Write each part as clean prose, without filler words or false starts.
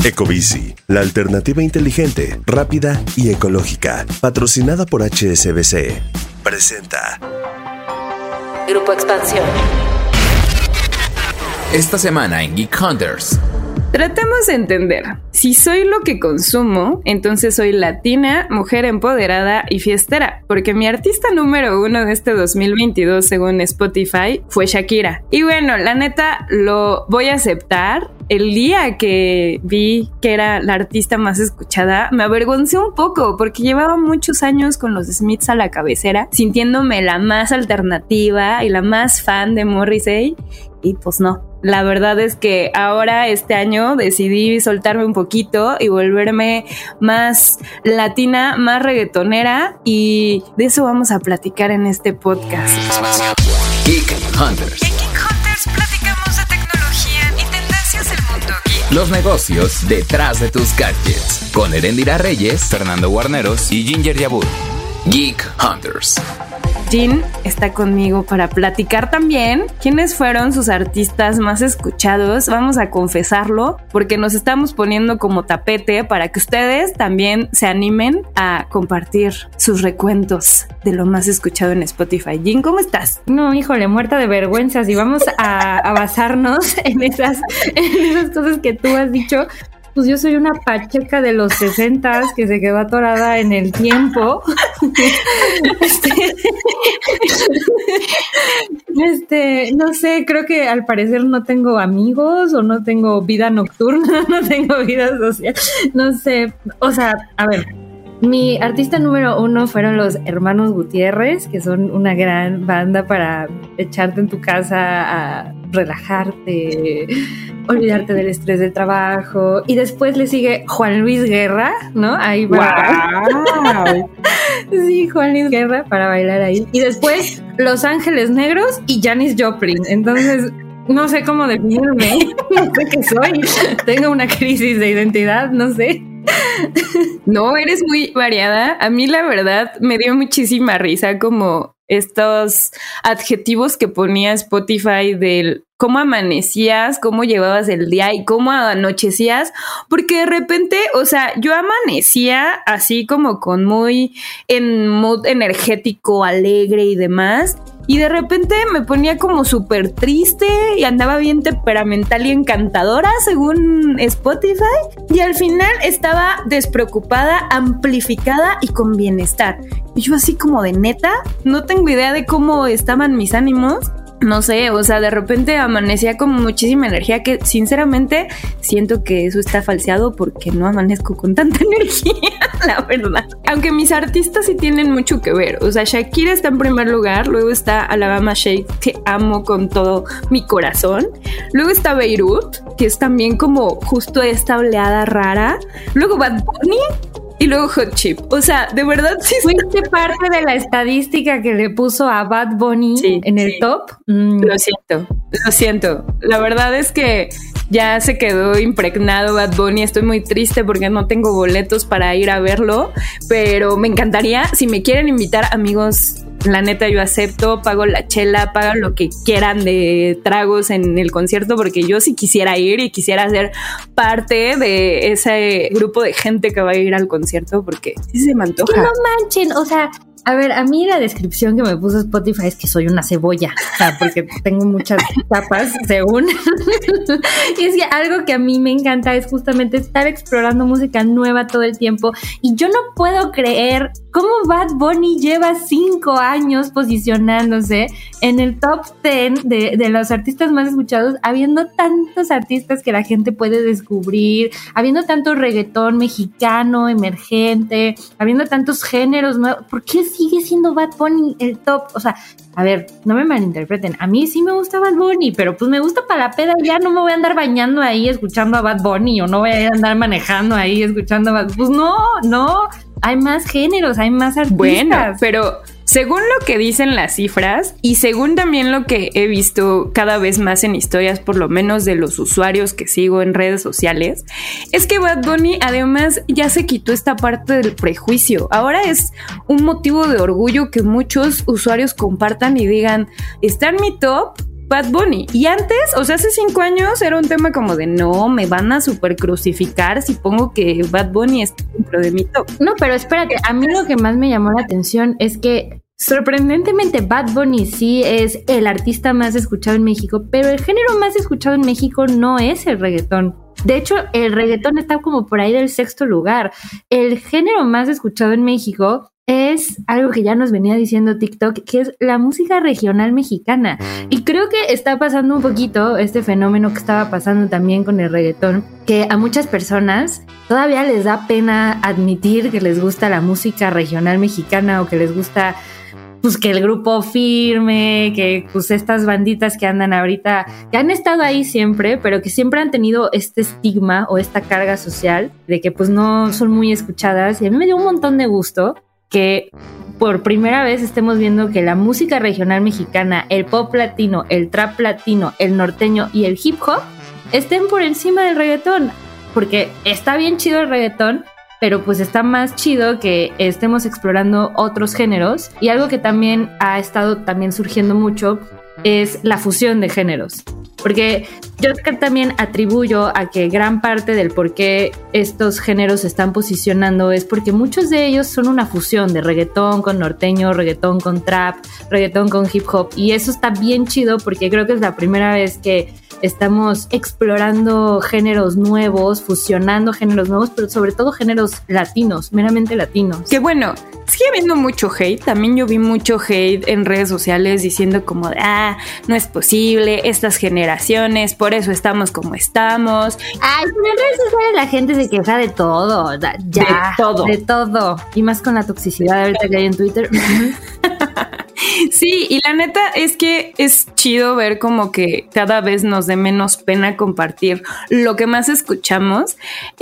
Ecobici, la alternativa inteligente, rápida y ecológica. Patrocinada por HSBC. Presenta Grupo Expansión. Esta semana en Geek Hunters. Tratemos de entender. Si soy lo que consumo, entonces soy latina, mujer empoderada y fiestera, porque mi artista número 1 de este 2022, según Spotify, fue Shakira. Y bueno, la neta, lo voy a aceptar. El día que vi que era la artista más escuchada, me avergoncé un poco porque llevaba muchos años con los Smiths a la cabecera, sintiéndome la más alternativa y la más fan de Morrissey, y pues no. La verdad es que ahora este año decidí soltarme un poquito y volverme más latina, más reggaetonera, y de eso vamos a platicar en este podcast. Geek Hunters. En Geek Hunters platicamos de tecnología y tendencias del mundo geek. Los negocios detrás de tus gadgets. Con Erendira Reyes, Fernando Guarneros y Ginger Yabur. Geek Hunters. Jean está conmigo para platicar también quiénes fueron sus artistas más escuchados. Vamos a confesarlo porque nos estamos poniendo como tapete para que ustedes también se animen a compartir sus recuentos de lo más escuchado en Spotify. Jean, ¿cómo estás? No, híjole, muerta de vergüenza. Si vamos a basarnos en esas cosas que tú has dicho, pues yo soy una pacheca de los 60s que se quedó atorada en el tiempo. No sé, creo que al parecer no tengo amigos o no tengo vida nocturna, no tengo vida social, no sé. O sea, a ver, mi artista número 1 fueron los Hermanos Gutiérrez, que son una gran banda para echarte en tu casa a relajarte, olvidarte del estrés del trabajo. Y después le sigue Juan Luis Guerra, ¿no? Ahí va. ¡Wow! Sí, Juan Luis Guerra para bailar ahí. Y después Los Ángeles Negros y Janis Joplin. Entonces, no sé cómo definirme. No sé qué soy. Tengo una crisis de identidad, no sé. No, eres muy variada. A mí la verdad me dio muchísima risa como estos adjetivos que ponía Spotify del cómo amanecías, cómo llevabas el día y cómo anochecías, porque de repente, o sea, yo amanecía así como con muy en mood energético, alegre y demás, y de repente me ponía como súper triste y andaba bien temperamental y encantadora según Spotify, y al final estaba despreocupada, amplificada y con bienestar. Y yo así como de neta, no tengo idea de cómo estaban mis ánimos. No sé, o sea, de repente amanecía con muchísima energía que sinceramente siento que eso está falseado porque no amanezco con tanta energía, la verdad. Aunque mis artistas sí tienen mucho que ver. O sea, Shakira está en primer lugar, luego está Alabama Shake, que amo con todo mi corazón. Luego está Beirut, que es también como justo esta oleada rara. Luego Bad Bunny. Y luego Hot Chip. O sea, de verdad sí. ¿Fuiste parte de la estadística que le puso a Bad Bunny en el top? Lo siento. La verdad es que ya se quedó impregnado Bad Bunny. Estoy muy triste porque no tengo boletos para ir a verlo, pero me encantaría. Si me quieren invitar, amigos, la neta yo acepto, pago la chela, pago lo que quieran de tragos en el concierto, porque yo sí quisiera ir y quisiera ser parte de ese grupo de gente que va a ir al concierto, porque sí se me antoja. Que no manchen, o sea, a ver, a mí la descripción que me puso Spotify es que soy una cebolla, o sea, porque tengo muchas capas, según. Y es que algo que a mí me encanta es justamente estar explorando música nueva todo el tiempo. Y yo no puedo creer cómo Bad Bunny lleva 5 años posicionándose en el top 10 de los artistas más escuchados, habiendo tantos artistas que la gente puede descubrir, habiendo tanto reggaetón mexicano emergente, habiendo tantos géneros nuevos. ¿Por qué sigue siendo Bad Bunny el top? O sea, a ver, no me malinterpreten, a mí sí me gusta Bad Bunny, pero pues me gusta para la peda, ya no me voy a andar bañando ahí escuchando a Bad Bunny, o no voy a andar manejando ahí escuchando a Bad Bunny. Pues no, hay más géneros, hay más artistas. Bueno, pero según lo que dicen las cifras y según también lo que he visto cada vez más en historias, por lo menos de los usuarios que sigo en redes sociales, es que Bad Bunny además ya se quitó esta parte del prejuicio. Ahora es un motivo de orgullo que muchos usuarios compartan y digan, está en mi top Bad Bunny. Y antes, o sea, hace 5 años era un tema como de no, me van a super crucificar si pongo que Bad Bunny está dentro de mi top. No, pero espérate, a mí lo que más me llamó la atención es que sorprendentemente Bad Bunny sí es el artista más escuchado en México, pero el género más escuchado en México no es el reggaetón. De hecho, el reggaetón está como por ahí del 6º lugar. El género más escuchado en México es algo que ya nos venía diciendo TikTok, que es la música regional mexicana. Y creo que está pasando un poquito este fenómeno que estaba pasando también con el reggaetón, que a muchas personas todavía les da pena admitir que les gusta la música regional mexicana o que les gusta pues que el Grupo Firme, que pues estas banditas que andan ahorita, que han estado ahí siempre, pero que siempre han tenido este estigma o esta carga social de que pues no son muy escuchadas. Y a mí me dio un montón de gusto que por primera vez estemos viendo que la música regional mexicana, el pop latino, el trap latino, el norteño y el hip hop estén por encima del reggaetón, porque está bien chido el reggaetón, pero pues está más chido que estemos explorando otros géneros. Y algo que también ha estado también surgiendo mucho es la fusión de géneros, porque yo también atribuyo a que gran parte del por qué estos géneros se están posicionando es porque muchos de ellos son una fusión de reggaetón con norteño, reggaetón con trap, reggaetón con hip hop, y eso está bien chido porque creo que es la primera vez que estamos explorando géneros nuevos, fusionando géneros nuevos, pero sobre todo géneros latinos, meramente latinos. Que bueno, sigue habiendo mucho hate. También yo vi mucho hate en redes sociales diciendo como de, no es posible, estas generaciones, por eso estamos como estamos. Ay, pero en redes sociales la gente se queja de todo, ya, de todo. Y más con la toxicidad ahorita que hay en Twitter. Sí, y la neta es que es chido ver como que cada vez nos dé menos pena compartir lo que más escuchamos.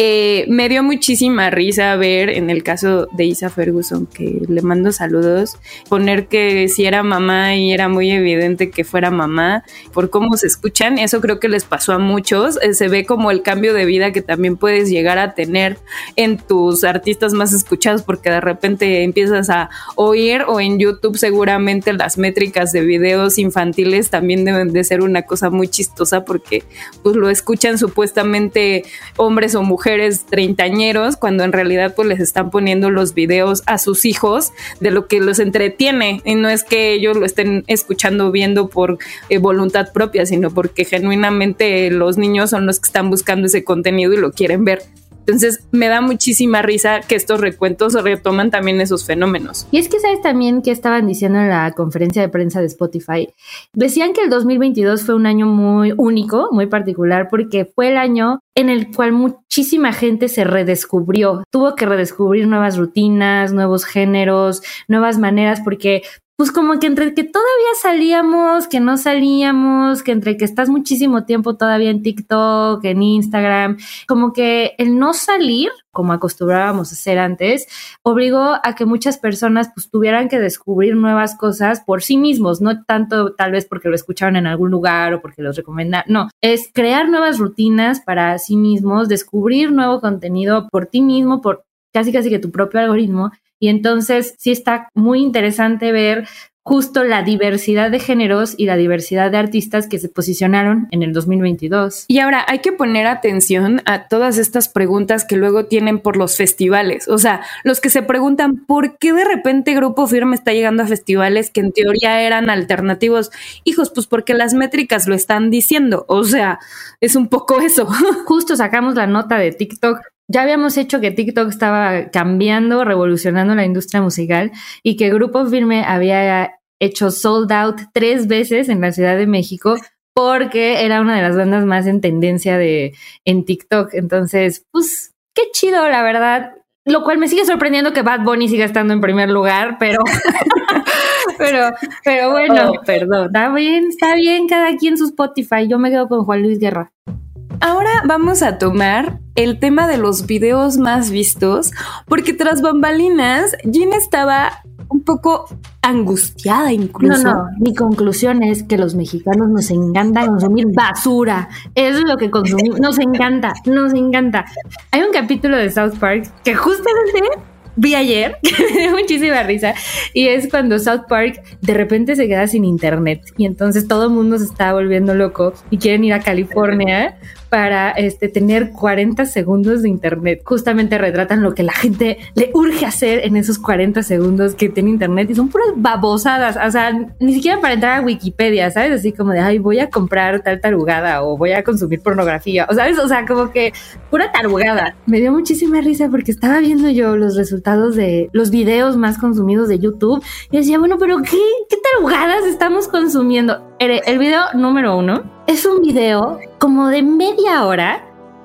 Me dio muchísima risa ver en el caso de Isa Ferguson, que le mando saludos, poner que si era mamá y era muy evidente que fuera mamá por cómo se escuchan. Eso creo que les pasó a muchos. Se ve como el cambio de vida que también puedes llegar a tener en tus artistas más escuchados, porque de repente empiezas a oír, o en YouTube seguramente las métricas de videos infantiles también deben de ser una cosa muy chistosa, porque pues lo escuchan supuestamente hombres o mujeres treintañeros, cuando en realidad pues les están poniendo los videos a sus hijos de lo que los entretiene, y no es que ellos lo estén escuchando, viendo por voluntad propia, sino porque genuinamente los niños son los que están buscando ese contenido y lo quieren ver. Entonces me da muchísima risa que estos recuentos retoman también esos fenómenos. Y es que sabes también que estaban diciendo en la conferencia de prensa de Spotify, decían que el 2022 fue un año muy único, muy particular, porque fue el año en el cual muchísima gente se redescubrió, tuvo que redescubrir nuevas rutinas, nuevos géneros, nuevas maneras, porque pues como que entre que todavía salíamos, que no salíamos, que entre que estás muchísimo tiempo todavía en TikTok, en Instagram, como que el no salir, como acostumbrábamos a hacer antes, obligó a que muchas personas pues tuvieran que descubrir nuevas cosas por sí mismos, no tanto tal vez porque lo escucharon en algún lugar o porque los recomendaron, no, es crear nuevas rutinas para sí mismos, descubrir nuevo contenido por ti mismo, por casi que tu propio algoritmo. Y entonces sí está muy interesante ver justo la diversidad de géneros y la diversidad de artistas que se posicionaron en el 2022. Y ahora hay que poner atención a todas estas preguntas que luego tienen por los festivales. O sea, los que se preguntan ¿por qué de repente Grupo Firme está llegando a festivales que en teoría eran alternativos? Hijos, pues porque las métricas lo están diciendo. O sea, es un poco eso. Justo sacamos la nota de TikTok. Ya habíamos hecho que TikTok estaba cambiando, revolucionando la industria musical, y que Grupo Firme había hecho sold out 3 veces en la Ciudad de México porque era una de las bandas más en tendencia en TikTok. Entonces, pues, qué chido, la verdad. Lo cual me sigue sorprendiendo que Bad Bunny siga estando en primer lugar, pero pero bueno, perdón. Está bien cada quien su Spotify. Yo me quedo con Juan Luis Guerra. Ahora vamos a tomar el tema de los videos más vistos, porque tras bambalinas, Gina estaba un poco angustiada incluso. No, mi conclusión es que los mexicanos nos encanta consumir basura. Eso es lo que consumimos. Nos encanta. Hay un capítulo de South Park que justamente vi ayer, que me dio muchísima risa, y es cuando South Park de repente se queda sin internet y entonces todo el mundo se está volviendo loco y quieren ir a California para tener 40 segundos de internet. Justamente retratan lo que la gente le urge hacer en esos 40 segundos que tiene internet y son puras babosadas, o sea, ni siquiera para entrar a Wikipedia, ¿sabes? Así como de, ay, voy a comprar tal tarugada o voy a consumir pornografía, o ¿sabes? O sea, como que pura tarugada. Me dio muchísima risa porque estaba viendo yo los resultados de los videos más consumidos de YouTube y decía, bueno, pero ¿qué tarugadas estamos consumiendo? El video número 1 es un video como de media hora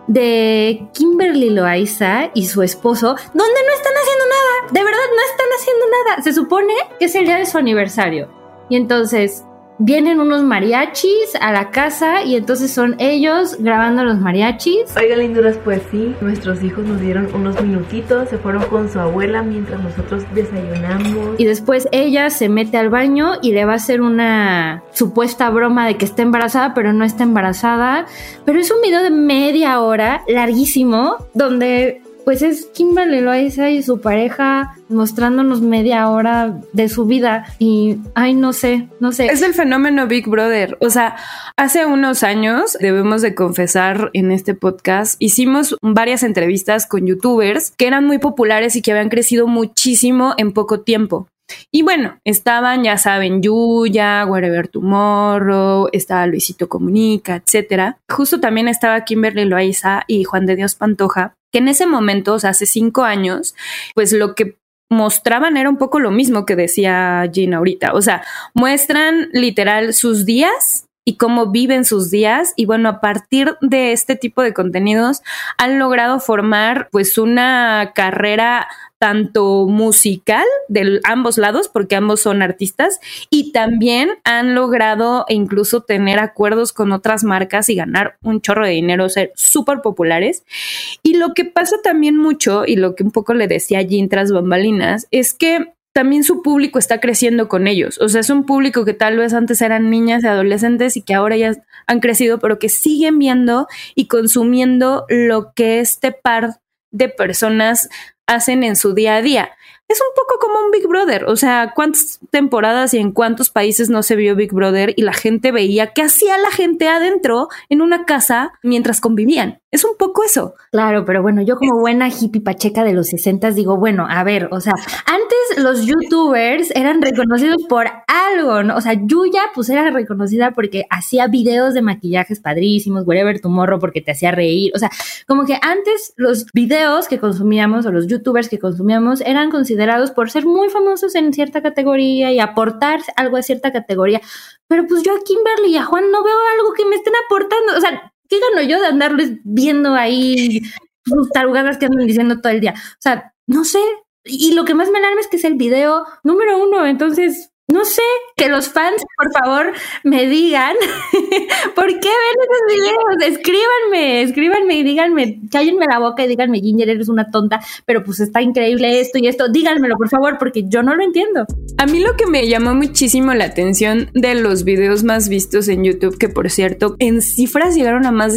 de Kimberly Loaiza y su esposo, donde no están haciendo nada, de verdad no están haciendo nada. Se supone que es el día de su aniversario y entonces vienen unos mariachis a la casa y entonces son ellos grabando los mariachis. Oiga, linduras, pues sí, nuestros hijos nos dieron unos minutitos, se fueron con su abuela mientras nosotros desayunamos. Y después ella se mete al baño y le va a hacer una supuesta broma de que está embarazada, pero no está embarazada. Pero es un video de media hora, larguísimo, donde pues es Kimberly Loaiza y su pareja mostrándonos media hora de su vida y, ay, no sé. Es el fenómeno Big Brother. O sea, hace unos años, debemos de confesar en este podcast, hicimos varias entrevistas con youtubers que eran muy populares y que habían crecido muchísimo en poco tiempo. Y bueno, estaban, ya saben, Yuya, Wherever Tomorrow, estaba Luisito Comunica, etcétera. Justo también estaba Kimberly Loaiza y Juan de Dios Pantoja, que en ese momento, o sea, hace 5 años, pues lo que mostraban era un poco lo mismo que decía Gina ahorita. O sea, muestran literal sus días y cómo viven sus días. Y bueno, a partir de este tipo de contenidos han logrado formar pues una carrera tanto musical de ambos lados, porque ambos son artistas, y también han logrado incluso tener acuerdos con otras marcas y ganar un chorro de dinero, ser súper populares. Y lo que pasa también mucho, y lo que un poco le decía Jin tras bambalinas, es que también su público está creciendo con ellos. O sea, es un público que tal vez antes eran niñas y adolescentes y que ahora ya han crecido, pero que siguen viendo y consumiendo lo que este par de personas hacen en su día a día. Es un poco como un Big Brother. O sea, ¿cuántas temporadas y en cuántos países no se vio Big Brother y la gente veía qué hacía la gente adentro en una casa mientras convivían? Es un poco eso. Claro, pero bueno, yo como buena hippie pacheca de los 60 digo, bueno, a ver, o sea, antes los youtubers eran reconocidos por algo, ¿no? O sea, Yuya pues era reconocida porque hacía videos de maquillajes padrísimos, Wherever Tomorrow porque te hacía reír. O sea, como que antes los videos que consumíamos o los youtubers que consumíamos eran considerados por ser muy famosos en cierta categoría y aportar algo a cierta categoría. Pero pues yo a Kimberly y a Juan no veo algo que me estén aportando. O sea, ¿qué gano yo de andarles viendo ahí sus tarugadas que andan diciendo todo el día? O sea, no sé. Y lo que más me alarma es que es el video número 1. Entonces, no sé, que los fans, por favor, me digan ¿por qué ven esos videos? Escríbanme y díganme, cállenme la boca y díganme, Ginger, eres una tonta, pero pues está increíble esto y esto. Díganmelo, por favor, porque yo no lo entiendo. A mí lo que me llamó muchísimo la atención de los videos más vistos en YouTube, que por cierto, en cifras llegaron a más de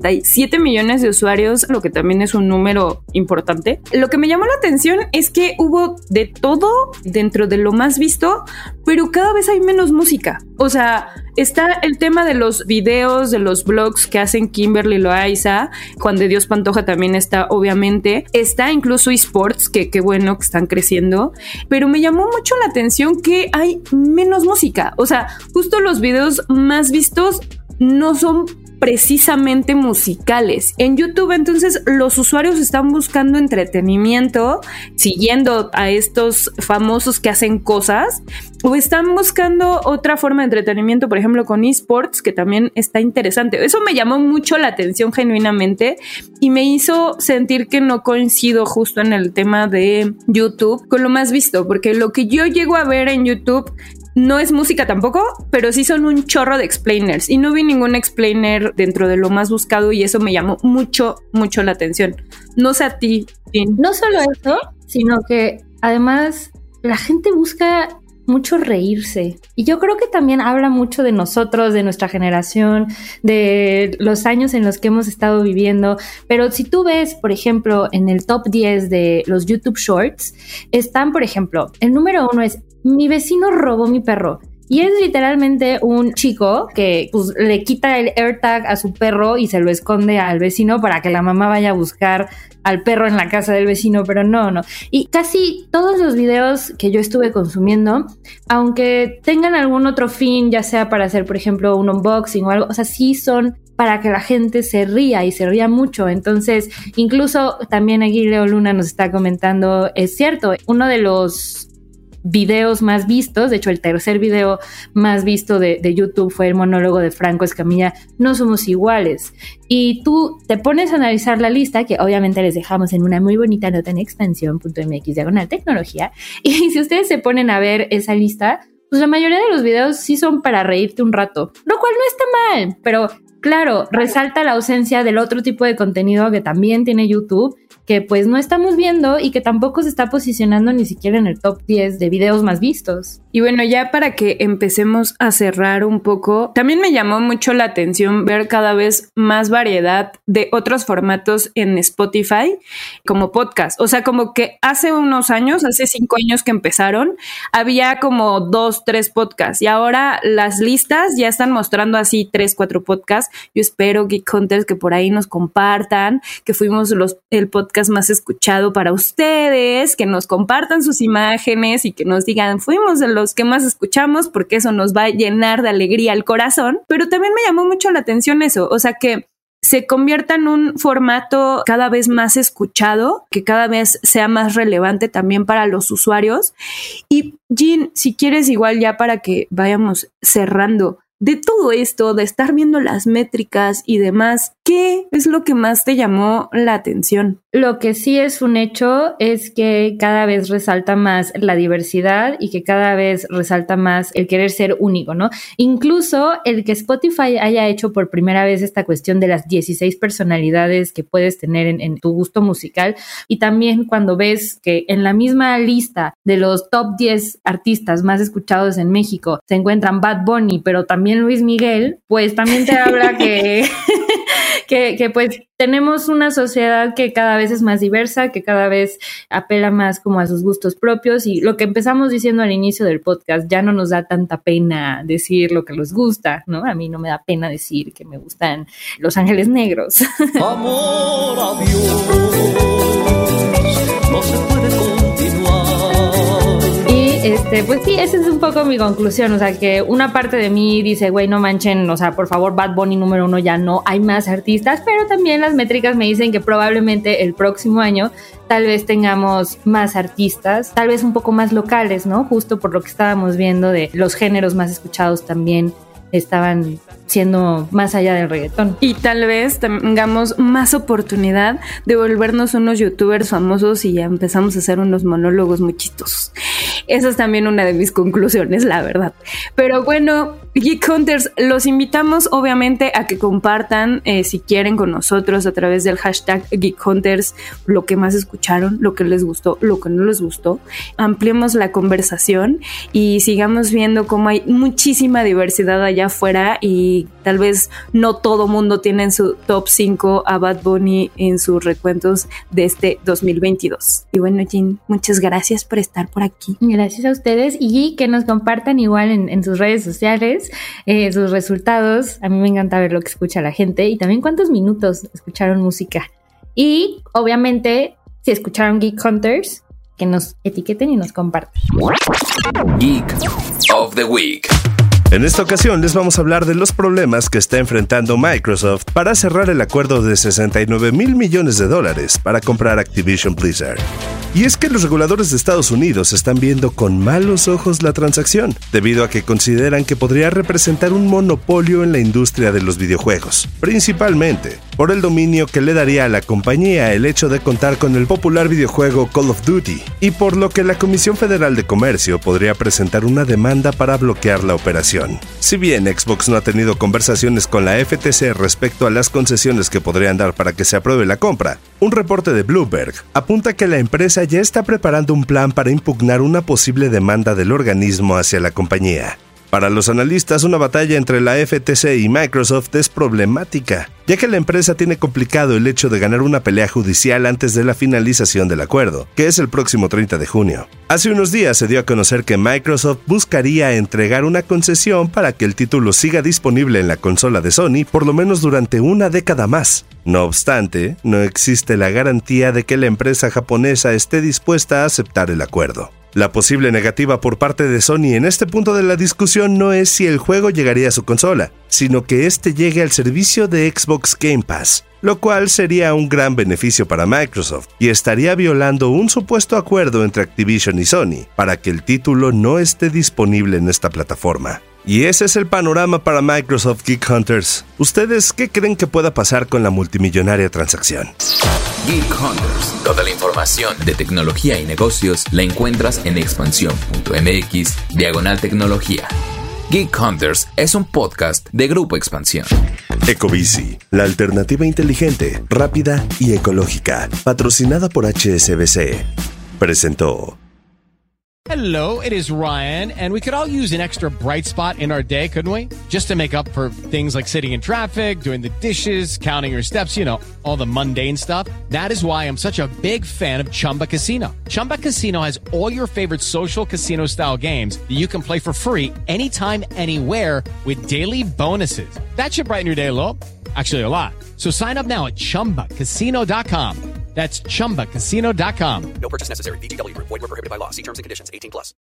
57 millones de usuarios, lo que también es un número importante. Lo que me llamó la atención es que hubo de todo dentro de lo más visto, pero cada vez hay menos música. O sea, está el tema de los videos, de los vlogs que hacen Kimberly Loaiza, Juan de Dios Pantoja también está, obviamente. Está incluso eSports, que qué bueno que están creciendo. Pero me llamó mucho la atención que hay menos música. O sea, justo los videos más vistos no son precisamente musicales. En YouTube, entonces, los usuarios están buscando entretenimiento, siguiendo a estos famosos que hacen cosas, o están buscando otra forma de entretenimiento, por ejemplo, con eSports, que también está interesante. Eso me llamó mucho la atención genuinamente y me hizo sentir que no coincido justo en el tema de YouTube con lo más visto, porque lo que yo llego a ver en YouTube no es música tampoco, pero sí son un chorro de explainers y no vi ningún explainer dentro de lo más buscado y eso me llamó mucho la atención. No sé a ti, Jin. No solo eso, sino que además la gente busca mucho reírse. Y yo creo que también habla mucho de nosotros, de nuestra generación, de los años en los que hemos estado viviendo. Pero si tú ves, por ejemplo, en el top 10 de los YouTube Shorts, están, por ejemplo, el número 1 es Mi vecino robó mi perro. Y es literalmente un chico que pues, le quita el AirTag a su perro y se lo esconde al vecino para que la mamá vaya a buscar al perro en la casa del vecino, pero no. Y casi todos los videos que yo estuve consumiendo, aunque tengan algún otro fin, ya sea para hacer, por ejemplo, un unboxing o algo, o sea, sí son para que la gente se ría y se ría mucho. Entonces, incluso también aquí Leo Luna nos está comentando, es cierto, uno de los videos más vistos, de hecho el tercer video más visto de YouTube fue el monólogo de Franco Escamilla, No somos iguales. Y tú te pones a analizar la lista, que obviamente les dejamos en una muy bonita nota en expansión.mx/tecnología, y si ustedes se ponen a ver esa lista, pues la mayoría de los videos sí son para reírte un rato, lo cual no está mal, pero claro, resalta la ausencia del otro tipo de contenido que también tiene YouTube, que pues no estamos viendo y que tampoco se está posicionando ni siquiera en el top 10 de videos más vistos. Y bueno, ya para que empecemos a cerrar un poco, también me llamó mucho la atención ver cada vez más variedad de otros formatos en Spotify como podcast. O sea, como que hace unos años, hace 5 años que empezaron, había como 2, 3 podcasts y ahora las listas ya están mostrando así 3, 4 podcasts. Yo espero, Geek Hunters, que por ahí nos compartan, que fuimos el podcast más escuchado para ustedes, que nos compartan sus imágenes y que nos digan, fuimos de los que más escuchamos, porque eso nos va a llenar de alegría el corazón. Pero también me llamó mucho la atención eso, o sea, que se convierta en un formato cada vez más escuchado, que cada vez sea más relevante también para los usuarios. Y Jean, si quieres, igual ya para que vayamos cerrando, de todo esto, de estar viendo las métricas y demás, ¿qué es lo que más te llamó la atención? Lo que sí es un hecho es que cada vez resalta más la diversidad y que cada vez resalta más el querer ser único, ¿no? Incluso el que Spotify haya hecho por primera vez esta cuestión de las 16 personalidades que puedes tener en tu gusto musical, y también cuando ves que en la misma lista de los top 10 artistas más escuchados en México se encuentran Bad Bunny, pero también Luis Miguel, pues también te habla que pues tenemos una sociedad que cada vez es más diversa, que cada vez apela más como a sus gustos propios, y lo que empezamos diciendo al inicio del podcast, ya no nos da tanta pena decir lo que nos gusta, ¿no? A mí no me da pena decir que me gustan Los Ángeles Negros. Amor a Dios, no se puede continuar. Pues sí, esa es un poco mi conclusión, o sea, que una parte de mí dice, güey, no manchen, o sea, por favor, Bad Bunny número 1, ya no hay más artistas, pero también las métricas me dicen que probablemente el próximo año tal vez tengamos más artistas, tal vez un poco más locales, ¿no? Justo por lo que estábamos viendo de los géneros más escuchados también estaban siendo más allá del reggaetón. Y tal vez tengamos más oportunidad de volvernos unos youtubers famosos y ya empezamos a hacer unos monólogos muy chistosos. Esa es también una de mis conclusiones, la verdad. Pero bueno, Geek Hunters, los invitamos obviamente a que compartan, si quieren, con nosotros a través del hashtag Geek Hunters lo que más escucharon, lo que les gustó, lo que no les gustó. Ampliemos la conversación y sigamos viendo cómo hay muchísima diversidad allá afuera y tal vez no todo mundo tiene en su top 5 a Bad Bunny en sus recuentos de este 2022. Y bueno, Jean, muchas gracias por estar por aquí. Gracias a ustedes y que nos compartan igual en sus redes sociales sus resultados. A mí me encanta ver lo que escucha la gente y también cuántos minutos escucharon música. Y obviamente, si escucharon Geek Hunters, que nos etiqueten y nos compartan. Geek of the Week. En esta ocasión les vamos a hablar de los problemas que está enfrentando Microsoft para cerrar el acuerdo de $69 mil millones para comprar Activision Blizzard. Y es que los reguladores de Estados Unidos están viendo con malos ojos la transacción, debido a que consideran que podría representar un monopolio en la industria de los videojuegos, principalmente por el dominio que le daría a la compañía el hecho de contar con el popular videojuego Call of Duty, y por lo que la Comisión Federal de Comercio podría presentar una demanda para bloquear la operación. Si bien Xbox no ha tenido conversaciones con la FTC respecto a las concesiones que podrían dar para que se apruebe la compra, un reporte de Bloomberg apunta que la empresa ya está preparando un plan para impugnar una posible demanda del organismo hacia la compañía. Para los analistas, una batalla entre la FTC y Microsoft es problemática, ya que la empresa tiene complicado el hecho de ganar una pelea judicial antes de la finalización del acuerdo, que es el próximo 30 de junio. Hace unos días se dio a conocer que Microsoft buscaría entregar una concesión para que el título siga disponible en la consola de Sony por lo menos durante una década más. No obstante, no existe la garantía de que la empresa japonesa esté dispuesta a aceptar el acuerdo. La posible negativa por parte de Sony en este punto de la discusión no es si el juego llegaría a su consola, sino que este llegue al servicio de Xbox Game Pass, lo cual sería un gran beneficio para Microsoft y estaría violando un supuesto acuerdo entre Activision y Sony para que el título no esté disponible en esta plataforma. Y ese es el panorama para Microsoft Geek Hunters. ¿Ustedes qué creen que pueda pasar con la multimillonaria transacción? Geek Hunters. Toda la información de tecnología y negocios la encuentras en expansión.mx/tecnología. Geek Hunters es un podcast de Grupo Expansión. Ecobici, la alternativa inteligente, rápida y ecológica, patrocinada por HSBC, presentó. Hello, it is Ryan, and we could all use an extra bright spot in our day, couldn't we? Just to make up for things like sitting in traffic, doing the dishes, counting your steps, you know, all the mundane stuff. That is why I'm such a big fan of Chumba Casino. Chumba Casino has all your favorite social casino-style games that you can play for free anytime, anywhere with daily bonuses. That should brighten your day a little. Actually, a lot. So sign up now at ChumbaCasino.com. That's ChumbaCasino.com. No purchase necessary. VGW Group. Void where prohibited by law. See terms and conditions. 18+.